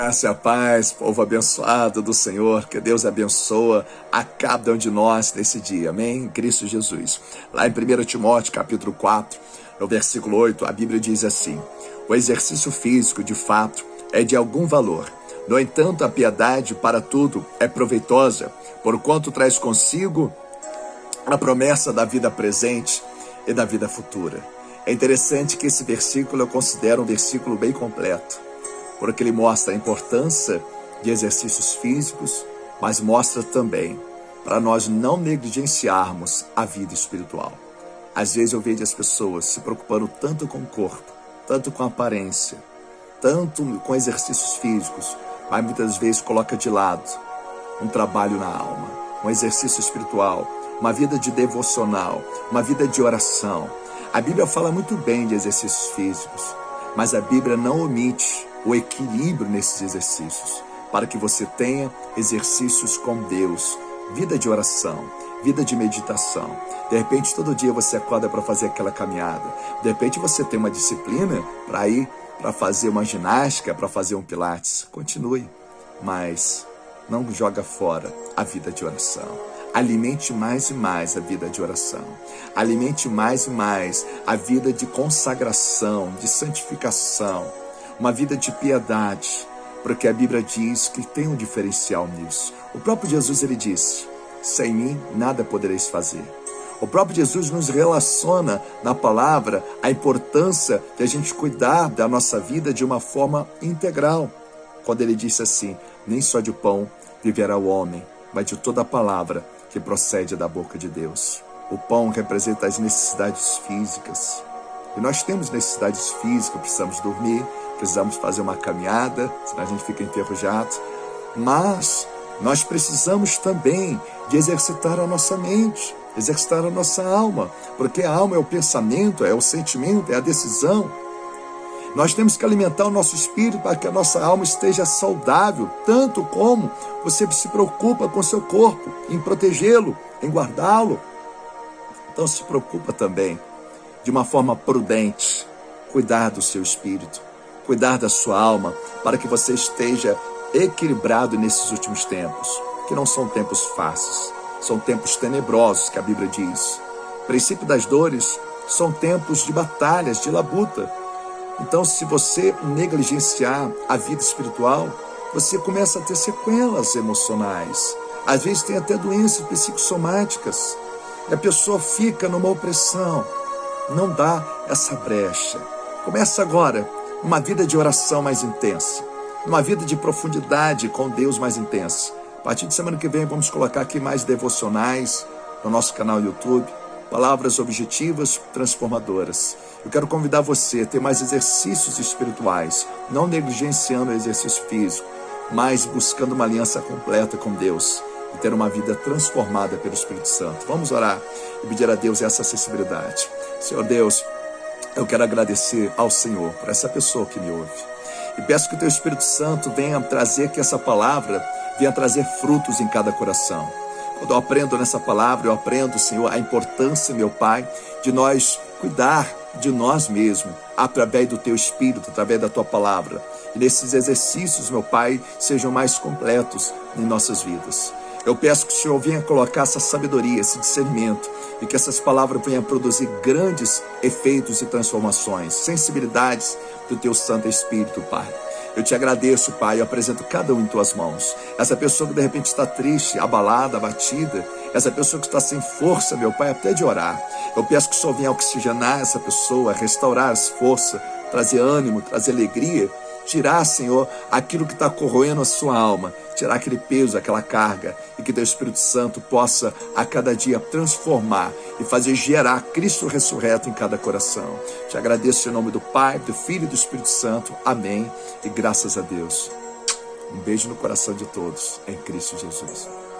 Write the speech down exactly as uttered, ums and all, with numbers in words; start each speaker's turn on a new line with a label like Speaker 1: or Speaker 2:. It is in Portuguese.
Speaker 1: Graça e a paz, povo abençoado do Senhor, que Deus abençoa a cada um de nós nesse dia, amém? Em Cristo Jesus. Lá em primeiro Timóteo, capítulo quatro, no versículo oito, a Bíblia diz assim: o exercício físico, de fato, é de algum valor. No entanto, a piedade para tudo é proveitosa, porquanto traz consigo a promessa da vida presente e da vida futura. É interessante que esse versículo eu considero um versículo bem completo, porque ele mostra a importância de exercícios físicos, mas mostra também para nós não negligenciarmos a vida espiritual. Às vezes eu vejo as pessoas se preocupando tanto com o corpo, tanto com a aparência, tanto com exercícios físicos, mas muitas vezes coloca de lado um trabalho na alma, um exercício espiritual, uma vida de devocional, uma vida de oração. A Bíblia fala muito bem de exercícios físicos, mas a Bíblia não omite o equilíbrio nesses exercícios, para que você tenha exercícios com Deus, vida de oração, vida de meditação. De repente, todo dia você acorda para fazer aquela caminhada. De repente, você tem uma disciplina para ir para fazer uma ginástica, para fazer um pilates. Continue, mas não joga fora a vida de oração. Alimente mais e mais a vida de oração. Alimente mais e mais a vida de consagração, de santificação. Uma vida de piedade, porque a Bíblia diz que tem um diferencial nisso. O próprio Jesus, ele disse: sem mim nada podereis fazer. O próprio Jesus nos relaciona na palavra a importância de a gente cuidar da nossa vida de uma forma integral. Quando ele disse assim: nem só de pão viverá o homem, mas de toda a palavra que procede da boca de Deus. O pão representa as necessidades físicas. E nós temos necessidades físicas, precisamos dormir, precisamos fazer uma caminhada, senão a gente fica enferrujado. Mas nós precisamos também de exercitar a nossa mente, exercitar a nossa alma, porque a alma é o pensamento, é o sentimento, é a decisão. Nós temos que alimentar o nosso espírito para que a nossa alma esteja saudável, tanto como você se preocupa com o seu corpo, em protegê-lo, em guardá-lo. Então se preocupa também, de uma forma prudente, cuidar do seu espírito, cuidar da sua alma, para que você esteja equilibrado nesses últimos tempos, que não são tempos fáceis, são tempos tenebrosos, que a Bíblia diz. O princípio das dores são tempos de batalhas, de labuta. Então, se você negligenciar a vida espiritual, você começa a ter sequelas emocionais. Às vezes tem até doenças psicossomáticas. E a pessoa fica numa opressão. Não dá essa brecha. Começa agora uma vida de oração mais intensa, uma vida de profundidade com Deus mais intensa. A partir de semana que vem vamos colocar aqui mais devocionais no nosso canal YouTube, palavras objetivas, transformadoras. Eu quero convidar você a ter mais exercícios espirituais, não negligenciando o exercício físico, mas buscando uma aliança completa com Deus e ter uma vida transformada pelo Espírito Santo. Vamos orar e pedir a Deus essa acessibilidade. Senhor Deus, eu quero agradecer ao Senhor por essa pessoa que me ouve. E peço que o Teu Espírito Santo venha trazer, que essa palavra venha trazer frutos em cada coração. Quando eu aprendo nessa palavra, eu aprendo, Senhor, a importância, meu Pai, de nós cuidar de nós mesmos, através do Teu Espírito, através da Tua palavra. E nesses exercícios, meu Pai, sejam mais completos em nossas vidas. Eu peço que o Senhor venha colocar essa sabedoria, esse discernimento, e que essas palavras venham produzir grandes efeitos e transformações, sensibilidades do Teu Santo Espírito, Pai. Eu te agradeço, Pai, eu apresento cada um em Tuas mãos. Essa pessoa que de repente está triste, abalada, abatida, essa pessoa que está sem força, meu Pai, até de orar. Eu peço que o Senhor venha oxigenar essa pessoa, restaurar as forças, trazer ânimo, trazer alegria, tirar, Senhor, aquilo que está corroendo a sua alma, tirar aquele peso, aquela carga, e que Teu Espírito Santo possa a cada dia transformar e fazer gerar Cristo ressurreto em cada coração. Te agradeço em nome do Pai, do Filho e do Espírito Santo. Amém. E graças a Deus. Um beijo no coração de todos, em Cristo Jesus.